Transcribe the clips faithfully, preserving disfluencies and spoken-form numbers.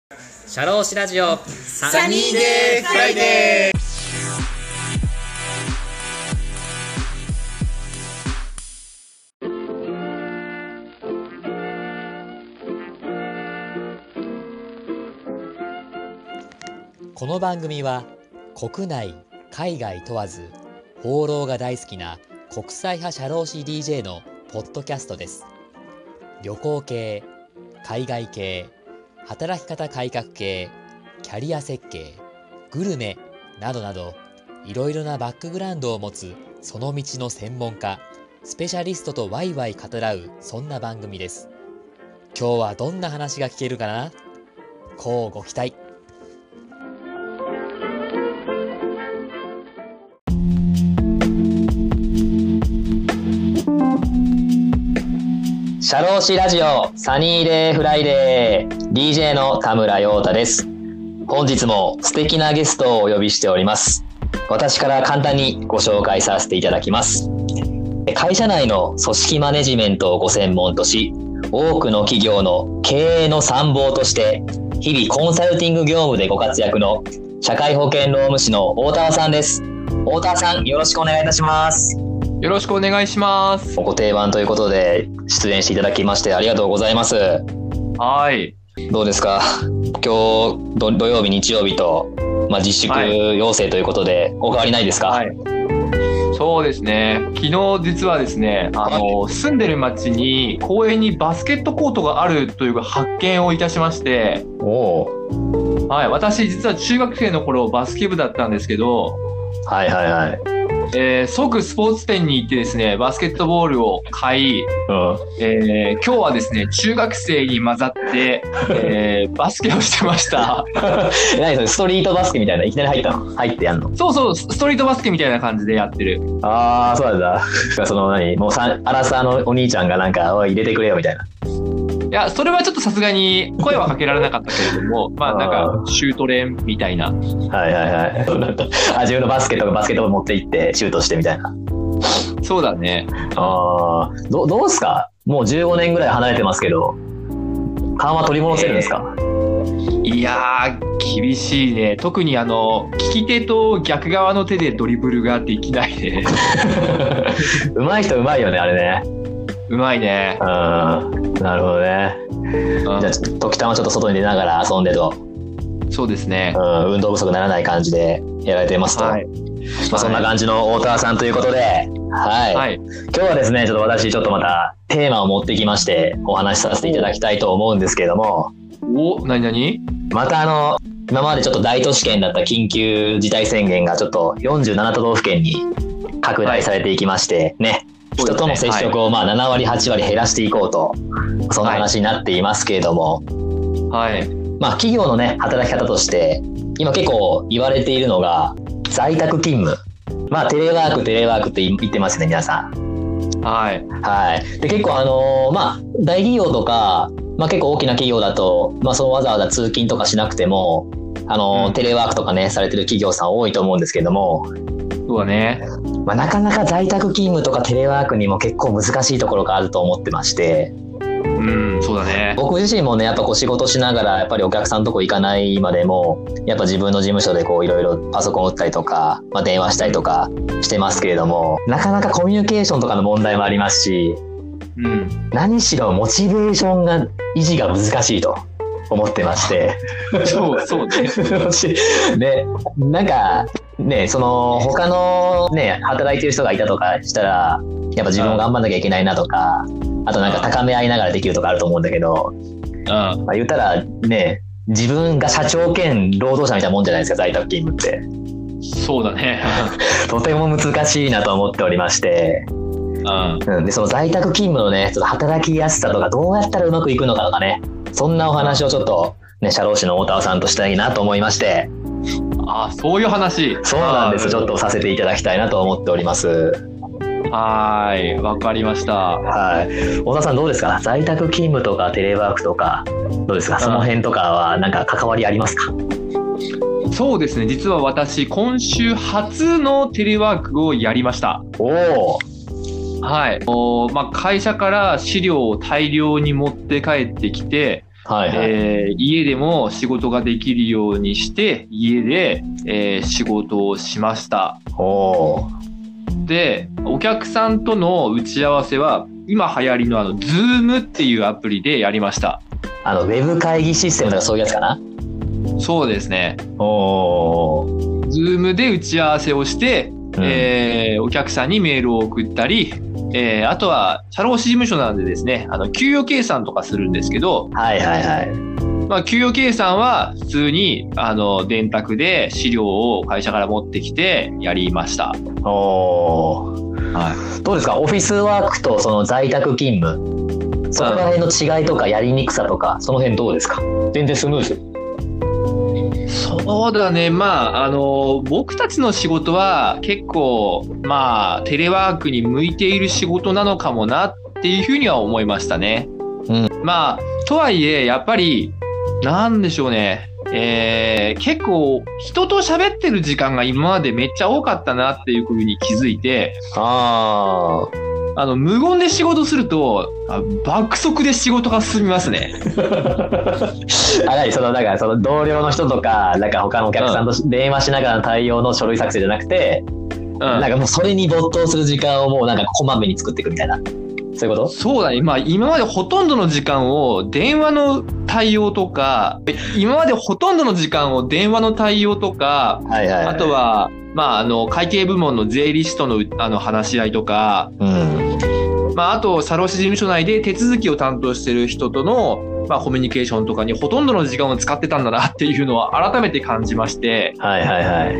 シャローシラジオサニーデーフライデー。 この番組は国内海外問わず放浪が大好きな国際派社労士 ディージェー のポッドキャストです。旅行系、海外系、働き方改革系、キャリア設計、グルメなどなどいろいろなバックグラウンドを持つその道の専門家、スペシャリストとワイワイ語らうそんな番組です。今日はどんな話が聞けるかな？こうご期待。シャローシラジオサニーデーフライデー ディージェー の田村陽太です。本日も素敵なゲストをお呼びしております。私から簡単にご紹介させていただきます。会社内の組織マネジメントをご専門とし、多くの企業の経営の参謀として日々コンサルティング業務でご活躍の社会保険労務士の大田さんです。大田さん、よろしくお願いいたします。 よろしくお願いします。 ご定番ということで出演していただきましてありがとうございます。 はい。 どうですか？今日土曜日日曜日と、まあ、自粛要請ということで、はい、お変わりないですか？ はい、そうですね。昨日実はですね、あの、はい、住んでる町に公園にバスケットコートがあるという発見をいたしまして、 おー、はい、私実は中学生の頃バスケ部だったんですけど、 はいはいはい。 えー、即スポーツ店に行ってですね、バスケットボールを買い、うんえー、今日はですね、中学生に混ざって、えー、バスケをしてました。 何それ、ストリートバスケみたいな、いきなり入ったの？入ってやんの？ そうそう、ストリートバスケみたいな感じでやってる。 ああ、そうなんだ。その何、もうさ、アラサーのお兄ちゃんがなんか、おい入れてくれよみたいな。 いや、それはちょっとさすがに声はかけられなかったけれども、まあなんか、シュート練みたいな。 はいはいはい。あ、自分のバスケとかバスケットボール持って行ってシュートしてみたいな。 そうだね。 ああ、ど、どうすか？もうじゅうごねんぐらい離れてますけど、緩和取り戻せるんですか？ えー、いやー、厳しいね。特にあの、利き手と逆側の手でドリブルができないね。 上手い人上手いよね、あれね。 うまいね。 うん、なるほどね。うん、じゃあ時たまちょっと外に出ながら遊んでと。 そうですね。 うん、運動不足にならない感じでやられてますと。はい。まあ、そんな感じの大田さんということで、はい。はい、今日はですね、ちょっと私ちょっとまたテーマを持ってきましてお話しさせていただきたいと思うんですけれども。 お、なになに？ またあの今までちょっと大都市圏だった緊急事態宣言がちょっとよんじゅうなな都道府県に拡大されていきましてね。はい、人との接触をまあななわりはちわり減らしていこうと、そんな話になっていますけれども、 はい、 まあ企業のね働き方として今結構言われているのが在宅勤務、まあテレワークテレワークって言ってますね皆さん。 はいはい。で結構あのー、まあ大企業とか、まあ結構大きな企業だと、まあそのわざわざ通勤とかしなくてもあのーうん、テレワークとかねされてる企業さん多いと思うんですけども。 そうだね。 まあ、なかなか在宅勤務とかテレワークにも結構難しいところがあると思ってまして、 うん、そうだね。 僕自身もねやっぱこう仕事しながらやっぱりお客さんのとこ行かないまでもやっぱ自分の事務所でこういろいろパソコン打ったりとか、まあ、電話したりとかしてますけれども、なかなかコミュニケーションとかの問題もありますし、うん、何しろモチベーションが維持が難しいと思ってましてそうそうねでなんかね、その他のね働いてる人がいたとかしたらやっぱ自分も頑張んなきゃいけないなとか、あとなんか高め合いながらできるとかあると思うんだけど、まあ、言ったらね自分が社長兼労働者みたいなもんじゃないですか在宅勤務って。 そうだねとても難しいなと思っておりまして、うん、でその在宅勤務のねちょっと働きやすさとかどうやったらうまくいくのかとかね、そんなお話をちょっとね社労士の大田さんとしたいなと思いまして。 あ、そういう話。 そうなんです。ちょっとさせていただきたいなと思っております。 はい、わかりました。 はい。大田さんどうですか？在宅勤務とかテレワークとかどうですか？その辺とかはなんか関わりありますか？ そうですね。実は私今週初のテレワークをやりました。 おお。 はい。おまあ会社から資料を大量に持って帰ってきて。 はいはい。 えー家でも仕事ができるようにして家で、えー仕事をしました。 おー。 で、お客さんとの打ち合わせは今流行りのあの Zoom っていうアプリでやりました。 あのウェブ会議システムとかそういうやつかな。 そうですね。 おー。 Zoom で打ち合わせをして、 うんえーお客さんにメールを送ったり、えーあとは社労士事務所なんでですね、あの給与計算とかするんですけど、 はいはいはい。 まあ、給与計算は普通にあの電卓で資料を会社から持ってきてやりました。 おー。 はどうですか、オフィスワークとその在宅勤務、そこら辺の違いとかやりにくさとか、その辺どうですか？全然スムーズ？ そうだね。まあ、あの、僕たちの仕事は結構、まあ、テレワークに向いている仕事なのかもなっていうふうには思いましたね。 うん、 まあ、とはいえ、やっぱり、なんでしょうね。えー、結構、人と喋ってる時間が今までめっちゃ多かったなっていうふうに気づいて、 あー。 あの、無言で仕事すると、あ爆速で仕事が進みますね。 あ、何そのなんかその同僚の人とかなんか他のお客さんと電話しながらの対応の書類作成じゃなくて、 うん、 なんかもうそれに没頭する時間をもうなんかこまめに作っていくみたいな、そういうこと？ そうだね。まあ今までほとんどの時間を電話の対応とか、今までほとんどの時間を電話の対応とか、 はいはいはい、 あとは、まああの会計部門の税理士とのあの話し合いとか、 うん、 まああと社労士事務所内で手続きを担当している人との、まあ、コミュニケーションとかにほとんどの時間を使ってたんだなっていうのは改めて感じまして、 はいはいはい。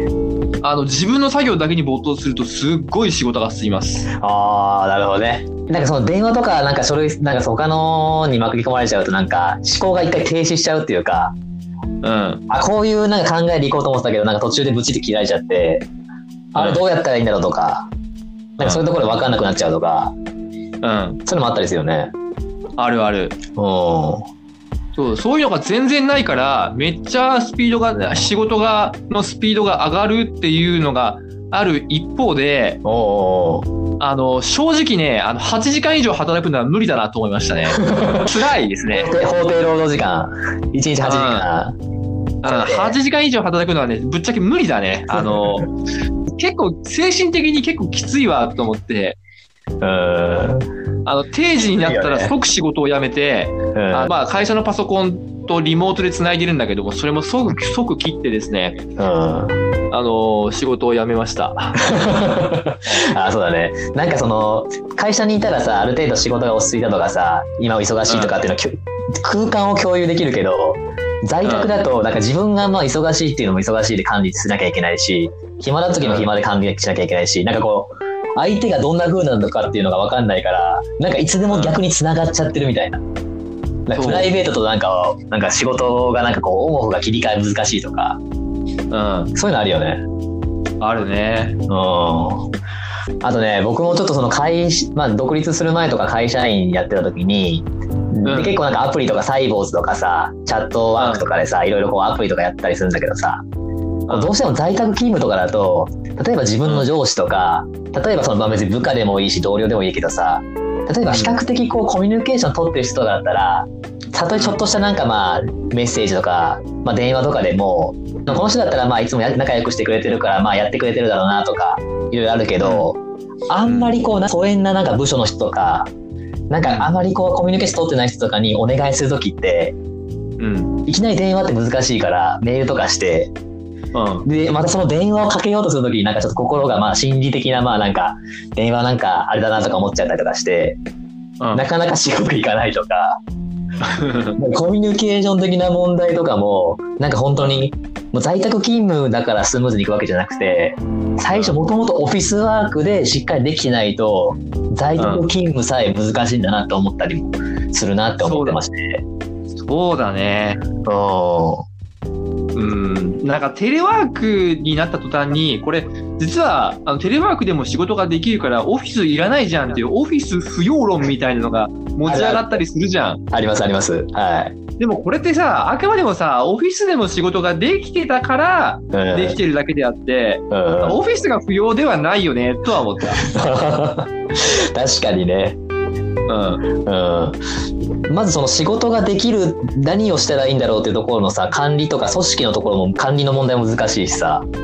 あの自分の作業だけに没頭するとすっごい仕事が進みます。 ああ、なるほどね。なんかその電話とかなんか書類なんか他のに巻き込まれちゃうとなんか思考が一回停止しちゃうっていうか、 うん、 あ、こういうなんか考えでいこうと思ってたけどなんか途中でブチって切られちゃって、あれどうやったらいいんだろうとか、なんかそういうところで分かんなくなっちゃうとか、うん、そういうのもあったりするよね。 あるある。 おそう、そういうのが全然ないから、めっちゃスピードが、仕事が、のスピードが上がるっていうのがある一方で、 おーあの、正直ね、あの、はちじかん以上働くのは無理だなと思いましたね。辛いですね。 法定労働時間、いちにちはちじかん。 うん、はちじかん以上働くのはね、ぶっちゃけ無理だね。あの、結構、精神的に結構きついわと思って、 うーん。 あの定時になったら即仕事を辞めて、 うん、 あまあ会社のパソコンとリモートでつないでるんだけども、それも即即切ってですね、 うん、あの仕事を辞めました。 あ、そうだね。なんかその会社にいたらさ、ある程度仕事が落ち着いたとかさ、今忙しいとかっていうのは、うん、空間を共有できるけど、在宅だとなんか自分がまあ忙しいっていうのも忙しいで管理しなきゃいけないし、暇な時も暇で管理しなきゃいけないし、なんかこう相手がどんな風なのかっていうのが分かんないから、なんかいつでも逆に繋がっちゃってるみたいな。なんかプライベートとなんかなんか仕事がなんかこうオンオフが切り替え難しいとか、うん、そういうのあるよね。 あるね。 うん。あとね、僕もちょっとその会、まあ独立する前とか会社員やってた時に、うん、で結構なんかアプリとかサイボーズとかさ、チャットワークとかでさ、いろいろこうアプリとかやったりするんだけどさ、どうしても在宅勤務とかだと、例えば自分の上司とか、例えばそのまあ別に部下でもいいし同僚でもいいけどさ、例えば比較的こうコミュニケーション取ってる人だったら、たとえちょっとしたなんかまあメッセージとか、まあ、電話とかでも、この人だったらまあいつも仲良くしてくれてるからまあやってくれてるだろうなとかいろいろあるけど、あんまりこう疎遠ななんか部署の人とか、なんかあんまりこうコミュニケーション取ってない人とかにお願いするときって、うん、いきなり電話って難しいからメールとかして。うん、でまたその電話をかけようとするときになんかちょっと心がまあ心理的なまあなんか電話なんかあれだなとか思っちゃったりとかして、うん、なかなか仕事いかないとかコミュニケーション的な問題とかもなんか本当にもう在宅勤務だからスムーズにいくわけじゃなくて、最初もともとオフィスワークでしっかりできてないと在宅勤務さえ難しいんだなと思ったりもするなって思ってまして。 そうだね。うん、なんかテレワークになった途端に、これ実はあのテレワークでも仕事ができるからオフィスいらないじゃんっていうオフィス不要論みたいなのが持ち上がったりするじゃん。 ありますあります。はい。 でもこれってさ、あくまでもさ、オフィスでも仕事ができてたからできてるだけであって、うん、オフィスが不要ではないよねとは思った。 確かにね。 うんうん、まずその仕事ができる何をしたらいいんだろうっていうところのさ管理とか組織のところも管理の問題も難しいしさ、 うん、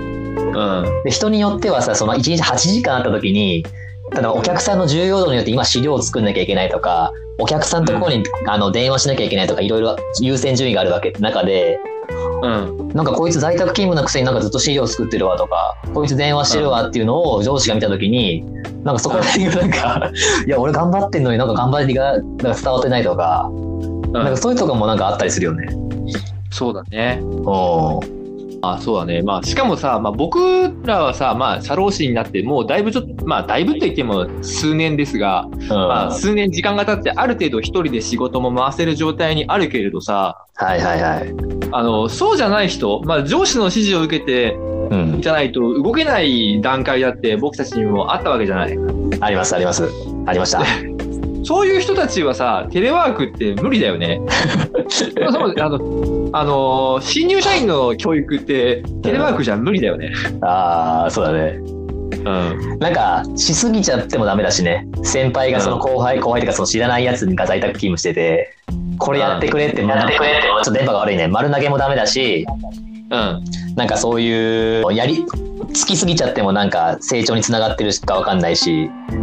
で人によってはさそのいちにちはちじかんあった時にただお客さんの重要度によって今資料を作んなきゃいけないとかお客さんのところに、うん、あの電話しなきゃいけないとかいろいろ優先順位があるわけ中で、うん、なんかこいつ在宅勤務のくせになんかずっと資料作ってるわとかこいつ電話してるわっていうのを上司が見た時になんかそこら辺がなんかいや俺頑張ってんのになんか頑張りがなんか伝わってないとか、うん、なんかそういうとこもなんかあったりするよね。 そうだね。 おあ、そうだね。まあ、しかもさ、まあ、僕らはさ、まあ、社労士になって、もうだいぶちょっと、まあ、だいぶと言っても数年ですが、うん、まあ、数年時間が経って、ある程度一人で仕事も回せる状態にあるけれどさ、 はいはいはい。 あの、そうじゃない人、まあ、上司の指示を受けて、うん、じゃないと動けない段階だって僕たちにもあったわけじゃない。 ありますあります。ありました。 そういう人たちはさ、テレワークって無理だよね。そうあの、あの、新入社員の教育ってテレワークじゃ無理だよね。 うん、ああ、そうだね。 うん。 なんか、しすぎちゃってもダメだしね。先輩がその後輩、うん、後輩とかその知らないやつが在宅勤務してて、これやってくれって、やってくれって、ちょっと電波が悪いね。丸投げもダメだし、 うん。 なんかそういう、やり、つきすぎちゃってもなんか成長につながってるかわかんないし、うん、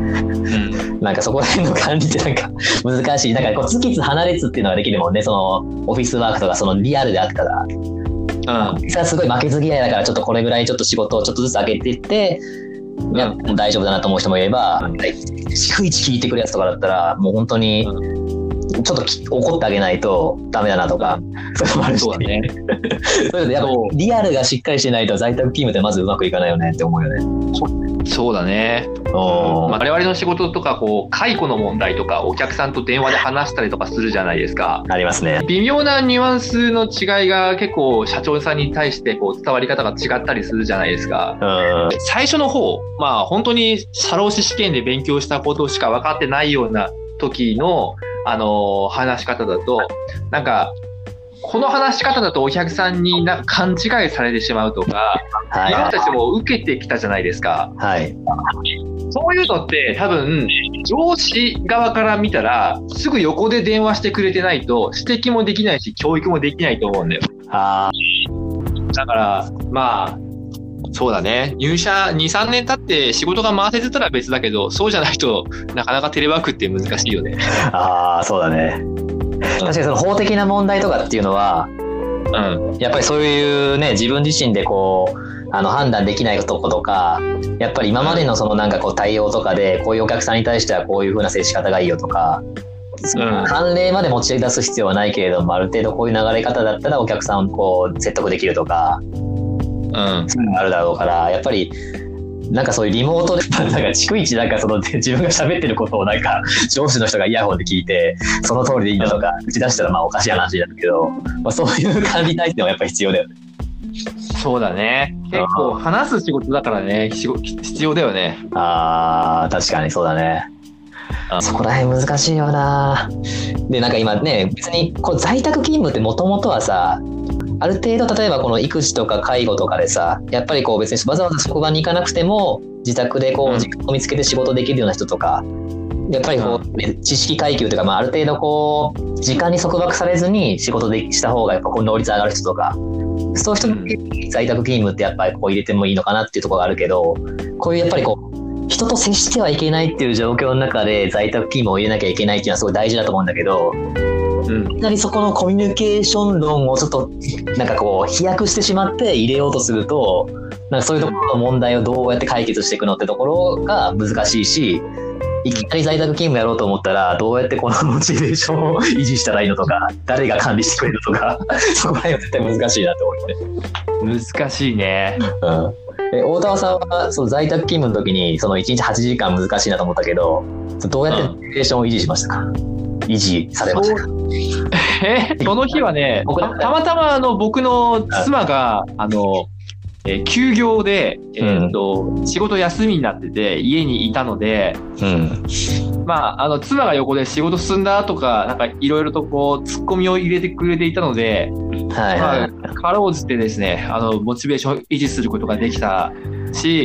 なんかそこら辺の管理ってなんか難しい。なんかこう月つ離れつっていうのができるもんね。そのオフィスワークとかそのリアルであったら。うん。すごい負けず嫌いだからちょっとこれぐらいちょっと仕事をちょっとずつ上げていって、いや、もう大丈夫だなと思う人もいれば、逐一聞いてくるやつとかだったらもう本当に、ちょっと怒ってあげないとダメだなとか、そういうのもあるし、 そうだね。 そういうのでやっぱリアルがしっかりしてないと在宅勤務ってまずうまくいかないよねって思うよね。 そ, そうだね。我々の仕事とかこう解雇の問題とかお客さんと電話で話したりとかするじゃないですか。 ありますね。 微妙なニュアンスの違いが結構社長さんに対してこう伝わり方が違ったりするじゃないですか。 うん最初の方、まあ本当に社労士試験で勉強したことしか分かってないような時のあのー、話し方だと、なんか、この話し方だとお客さんになんか勘違いされてしまうとか、はい、自分たちも受けてきたじゃないですか。 はい。 そういうのって多分、上司側から見たら、すぐ横で電話してくれてないと、指摘もできないし、教育もできないと思うんだよ。 あだから、まあ、そうだね。入社に、さんねん経って仕事が回せてたら別だけど、そうじゃないとなかなかテレワークって難しいよね。 ああ、そうだね。確かにその法的な問題とかっていうのは、うん、やっぱりそういうね、自分自身でこう、あの判断できないとことか、やっぱり今までのそのなんかこう対応とかで、こういうお客さんに対してはこういう風な接し方がいいよとか、うん、慣例まで持ち出す必要はないけれども、ある程度こういう流れ方だったらお客さんをこう説得できるとか、うん、そういうのがあるだろうから、やっぱりなんかそういうリモートでなんか逐一なんかその自分が喋ってることをなんか上司の人がイヤホンで聞いてその通りでいいんだとか打ち出したらまあおかしい話だけど、まあ、そういう管理体制はやっぱり必要だよね。 そうだね。結構話す仕事だからね、必要だよね。 ああ、確かにそうだね。そこら辺難しいよな。でなんか今ね、別にこう在宅勤務ってもともとはさ、ある程度例えばこの育児とか介護とかでさ、やっぱりこう別にわざわざ職場に行かなくても自宅でこう時間を見つけて仕事できるような人とか、やっぱりこう、ね、知識階級というか、まあ、ある程度こう時間に束縛されずに仕事でした方がやっぱこう能率上がる人とか、そういう人に在宅勤務ってやっぱりこう入れてもいいのかなっていうところがあるけど、こういうやっぱりこう人と接してはいけないっていう状況の中で在宅勤務を入れなきゃいけないっていうのはすごい大事だと思うんだけど、うん、いきなりそこのコミュニケーション論をちょっとなんかこう飛躍してしまって入れようとすると、なんかそういうところの問題をどうやって解決していくのってところが難しいし、いきなり在宅勤務やろうと思ったらどうやってこのモチベーションを維持したらいいのとか、誰が管理してくれるとかそこら辺は絶対難しいなと思って。 難しいね。 うん。え、大田さんはその在宅勤務の時にそのいちにちはちじかん難しいなと思ったけど、どうやってモチベーションを維持しましたか？維持されましたか？ えその日はね、たまたまあの僕の妻があの、えー、休業で、えーっとうん、仕事休みになってて家にいたので、うん、まああの妻が横で仕事進んだとかなんかいろいろとこうツッコミを入れてくれていたので、はいはい、まあ、かろうじてですね、あのモチベーションを維持することができたし、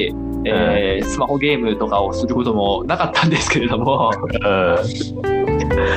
えー、スマホゲームとかをすることもなかったんですけれども、うん、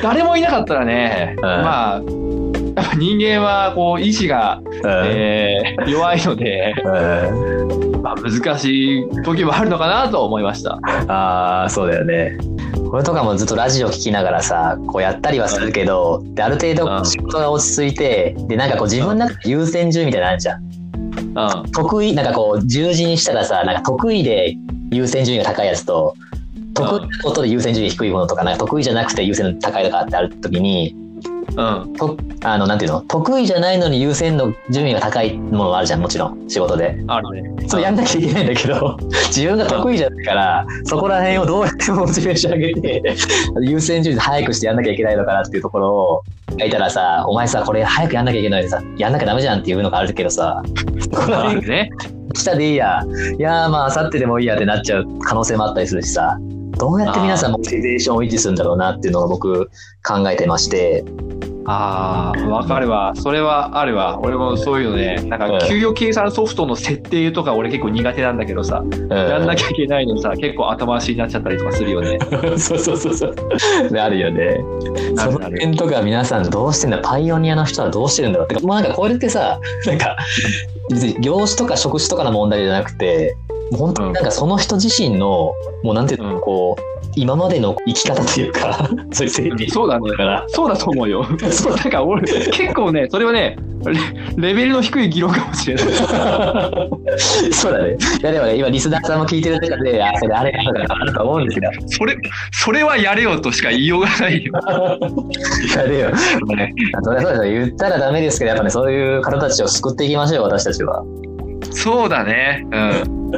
誰もいなかったらね、うん、まあやっぱ人間はこう意志が、うんえー、弱いので、うんまあ、難しい時もあるのかなと思いました。 ああそうだよね。これとかもずっとラジオ聞きながらさこうやったりはするけど、うん、である程度仕事が落ち着いて、うん、でなんかこう自分の中で優先順位みたいなのあるじゃん、うん、得意なんかこう十字にしたらさなんか得意で優先順位が高いやつと得意なことで優先順位低いものとか、なんか得意じゃなくて優先の高いとかってある時に、うん、とあのなんていうの得意じゃないのに優先の順位が高いものがあるじゃん、もちろん仕事であるね。 それやんなきゃいけないんだけど自分が得意じゃないからそこら辺をどうやってモチベーション上げて優先順位早くしてやんなきゃいけないのかなっていうところを書いたらさ、お前さこれ早くやんなきゃいけないでさやんなきゃダメじゃんっていうのがあるけどさ、この辺ね明日でいいやいやまあ明後日でもいいやってなっちゃう可能性もあったりするしさ、どうやって皆さんモチベーションを維持するんだろうなっていうのを僕考えてまして。 ああ、わかるわ。それはあるわ。俺もそういうのね、なんか給与計算ソフトの設定とか俺結構苦手なんだけどさ、うん、やんなきゃいけないのさ、結構後回しになっちゃったりとかするよね。 そうそうそうそう。あるよね。その辺とか皆さんどうしてんだ、パイオニアの人はどうしてるんだろうってか、まあなんかこれってさ、なんか別に業種とか職種とかの問題じゃなくて、もう本当になんかその人自身の、もうなんていうの、こう、今までの生き方というかそういう整理、 そうだね、そうだと思うよ。そうなんか俺結構ねそれはね レ, レベルの低い議論かもしれない。 そうだね。いやでもね今リスナーさんも聞いてる中であそれあれなのかなと思うんですけど、 それそれはやれよとしか言いようがないよ。 やれよ。ね、それはそうですよ。言ったらダメですけどやっぱねそういう方たちを救っていきましょう私たちは。 そうだね。うん。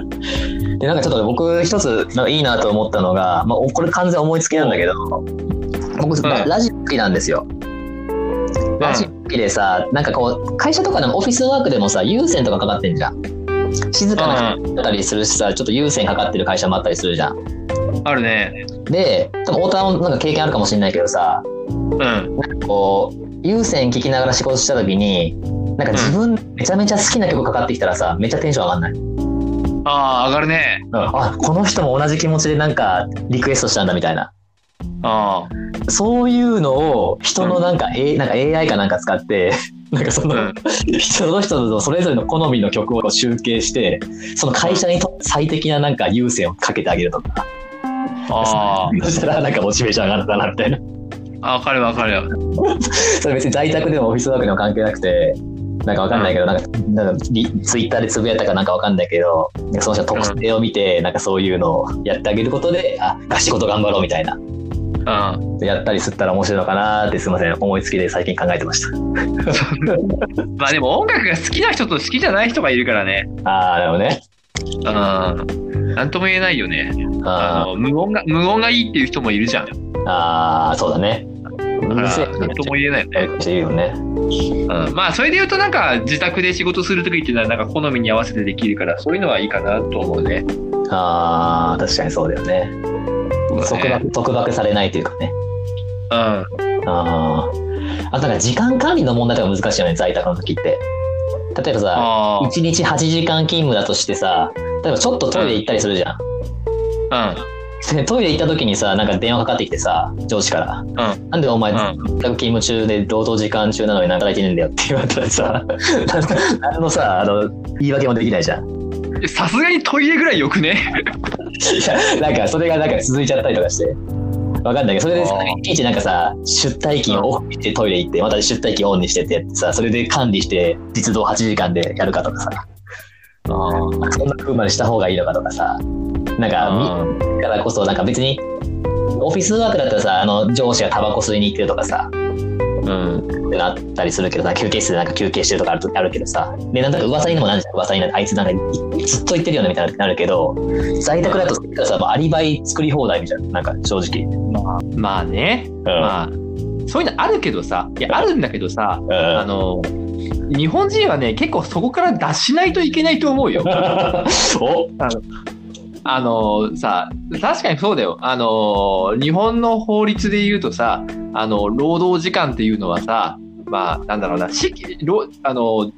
でなんかちょっと僕一つなんかいいなと思ったのが、まあ、これ完全思いつきなんだけど、僕、うん、ラジオ好きなんですよ。ラジオ好きでさ、なんかこう会社とかでもオフィスワークでもさ有線とかかかってんじゃん。静かな人だったりするしさ、ちょっと有線かかってる会社もあったりするじゃん。 あるね。 で多分太田もなんか経験あるかもしれないけどさ、うん、なんかこう有線聞きながら仕事した時になんか自分めちゃめちゃ好きな曲かかってきたらさめっちゃテンション上がんない？ ああ上がるね、 うん、あこの人も同じ気持ちでなんかリクエストしたんだみたいな。あそういうのを人のなんか、うん、A、なんか エーアイ かなんか使ってなんかその、うん、その人のそれぞれの好みの曲を集計してその会社にとって最適ななんか優先をかけてあげるとか、あそしたらなんかモチベーション上がったなみたいな。 あ分かる分かるよ。 それ別に在宅でもオフィスワークでも関係なくてなんかわかんないけど、うん、なんかなんかツイッターでつぶやいたかなんかわかんないけどその人特性を見て、うん、なんかそういうのをやってあげることであ仕事頑張ろうみたいな、うん、やったりすったら面白いのかなってすみません思いつきで最近考えてました。 まあでも音楽が好きな人と好きじゃない人がいるからね。 ああなるほどね。 うんなんとも言えないよね。あの無音が無音がいいっていう人もいるじゃん。 ああそうだね。 だからなんとも言えないよね。 いいよね。 うん、まあそれで言うとなんか自宅で仕事するときっていうのはなんか好みに合わせてできるからそういうのはいいかなと思うね。 ああ確かにそうだよね。束縛束縛されないというかね。うん。あああとなんか時間管理の問題とか難しいよね在宅の時って。例えばさいちにちはちじかん勤務だとしてさ例えばちょっとトイレ行ったりするじゃん。うん。トイレ行った時にさなんか電話かかってきてさ上司から、うん、なんでお前、うん、勤務中で労働時間中なのに働いてねえんだよって言われたらさ何のさあの言い訳もできないじゃん。 さすがにトイレぐらいよくね。 いやなんかそれがなんか続いちゃったりとかしてわかんないけどそれでさいちいちなんかさ出退勤をオフにしてトイレ行ってまた出退勤オンにしてってやってさそれで管理して実働はちじかんでやるかとかさあそんな風までした方がいいのかとかさなんかだからこそなんか別にオフィスワークだったらさあの上司がタバコ吸いに行ってるとかさうんってなったりするけどさ休憩室でなんか休憩してるとかあるとあるけどさでなんだか噂にでもなるじゃん噂になるあいつなんかずっと言ってるよねみたいななるけど在宅だとさアリバイ作り放題みたいななんか正直まあまあね、うん、まあそういうのあるけどさいやあるんだけどさ、うん、あの日本人はね結構そこから脱しないといけないと思うよ。おあのあのさ確かにそうだよ。あの日本の法律で言うとさあの労働時間っていうのはさまあなんだろうなしあの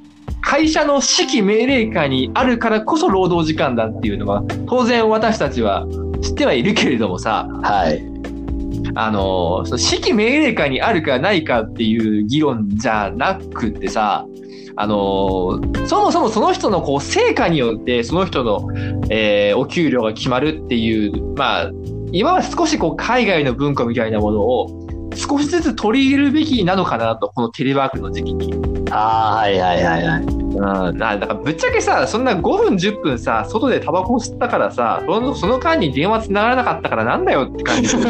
会社の指揮命令下にあるからこそ労働時間だっていうのは、当然私たちは知ってはいるけれどもさ、 はい。 あの、その指揮命令下にあるかないかっていう議論じゃなくってさ、あの、そもそもその人のこう成果によってその人の、えーお給料が決まるっていう、まあ、今は少しこう海外の文化みたいなものを少しずつ取り入れるべきなのかなと、このテレワークの時期に。 ああ、はいはいはいはい。 うん、なだからぶっちゃけさ、そんなごふんじゅっぷんさ、外でタバコを吸ったからさ、そのその間に電話繋がらなかったからなんだよって感じ。仕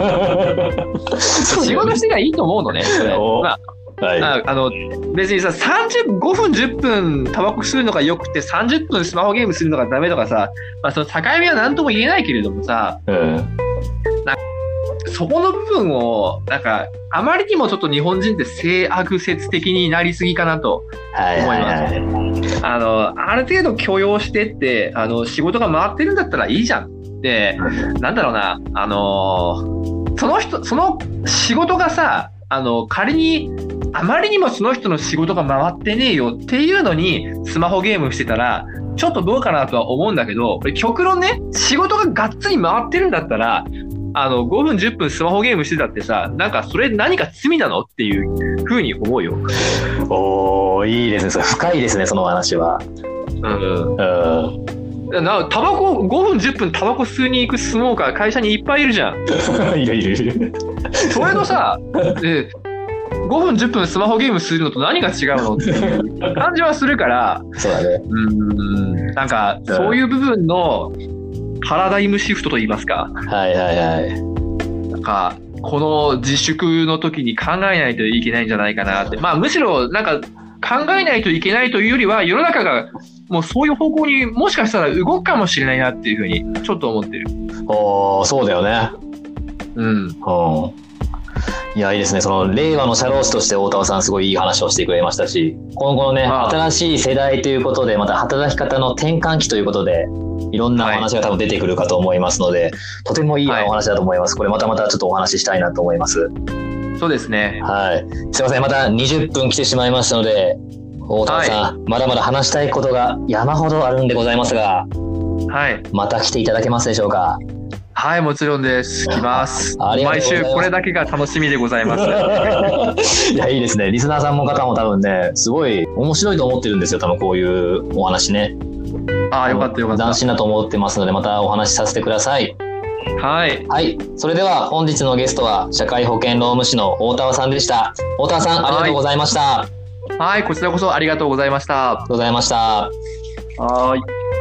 事してりゃいいと思うのね、それ。まあ、 はい。 ああの別にさ、さんじゅうごふんじゅっぷんタバコ吸うのがよくてさんじゅっぷんスマホゲームするのがダメとかさ、まあ、その境目は何とも言えないけれどもさ、 うん。 そこの部分をなんかあまりにもちょっと日本人って性悪説的になりすぎかなとはいはいはい。 あのある程度許容してってあの仕事が回ってるんだったらいいじゃんってなんだろうなあのその人その仕事がさあの仮にあまりにもその人の仕事が回ってねえよっていうのにスマホゲームしてたらちょっとどうかなとは思うんだけど、極論ね仕事ががっつり回ってるんだったらあのごふんじゅっぷんスマホゲームしてたってさ、なんかそれ何か罪なのっていう風に思うよ。 おー、いいですね。それ深いですね、その話は。 うんうん。 なタバコごふんじゅっぷんタバコ吸いに行くスモーカー会社にいっぱいいるじゃん。 いるいるいる。 それのさ、えごふんじゅっぷんスマホゲームするのと何が違うのっていう感じはするから、 そうだね。 うんなんかそういう部分のパラダイムシフトと言いますか。 はいはいはい。 なんかこの自粛の時に考えないといけないんじゃないかなって。まあむしろなんか考えないといけないというよりは世の中がもうそういう方向にもしかしたら動くかもしれないなっていうふうにちょっと思ってる。 おー、そうだよね。 うん。 うん。いや、いいですね。その、令和の社労士として大田さんすごいいい話をしてくれましたし、今後のね、 ああ新しい世代ということで、また働き方の転換期ということで、いろんなお話が多分出てくるかと思いますので、とてもいいお話だと思います。これまたまたちょっとお話ししたいなと思います。 そうですね。 はい。すいません。またにじゅっぷん来てしまいましたので、大田さん、まだまだ話したいことが山ほどあるんでございますが、 はい。 また来ていただけますでしょうか。 はい、もちろんです。来ます。 ありがとうございます毎週これだけが楽しみでございます。 いや、いいですね。リスナーさんも方も多分ね、すごい面白いと思ってるんですよ。多分こういうお話ね。 ああ、よかったよかった。 斬新だと思ってますので、またお話しさせてください。 はい。 はい。それでは本日のゲストは、社会保険労務士の大田さんでした。大田さん、ありがとうございました。 はい、こちらこそありがとうございました。 ありがとうございました。 はい。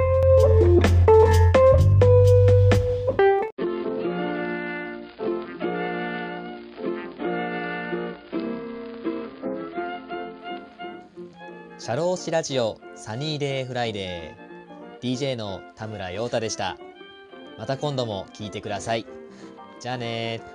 社労士ラジオサニーデイフライデー ディージェー の田村陽太でした。また今度も聞いてください。じゃあねー。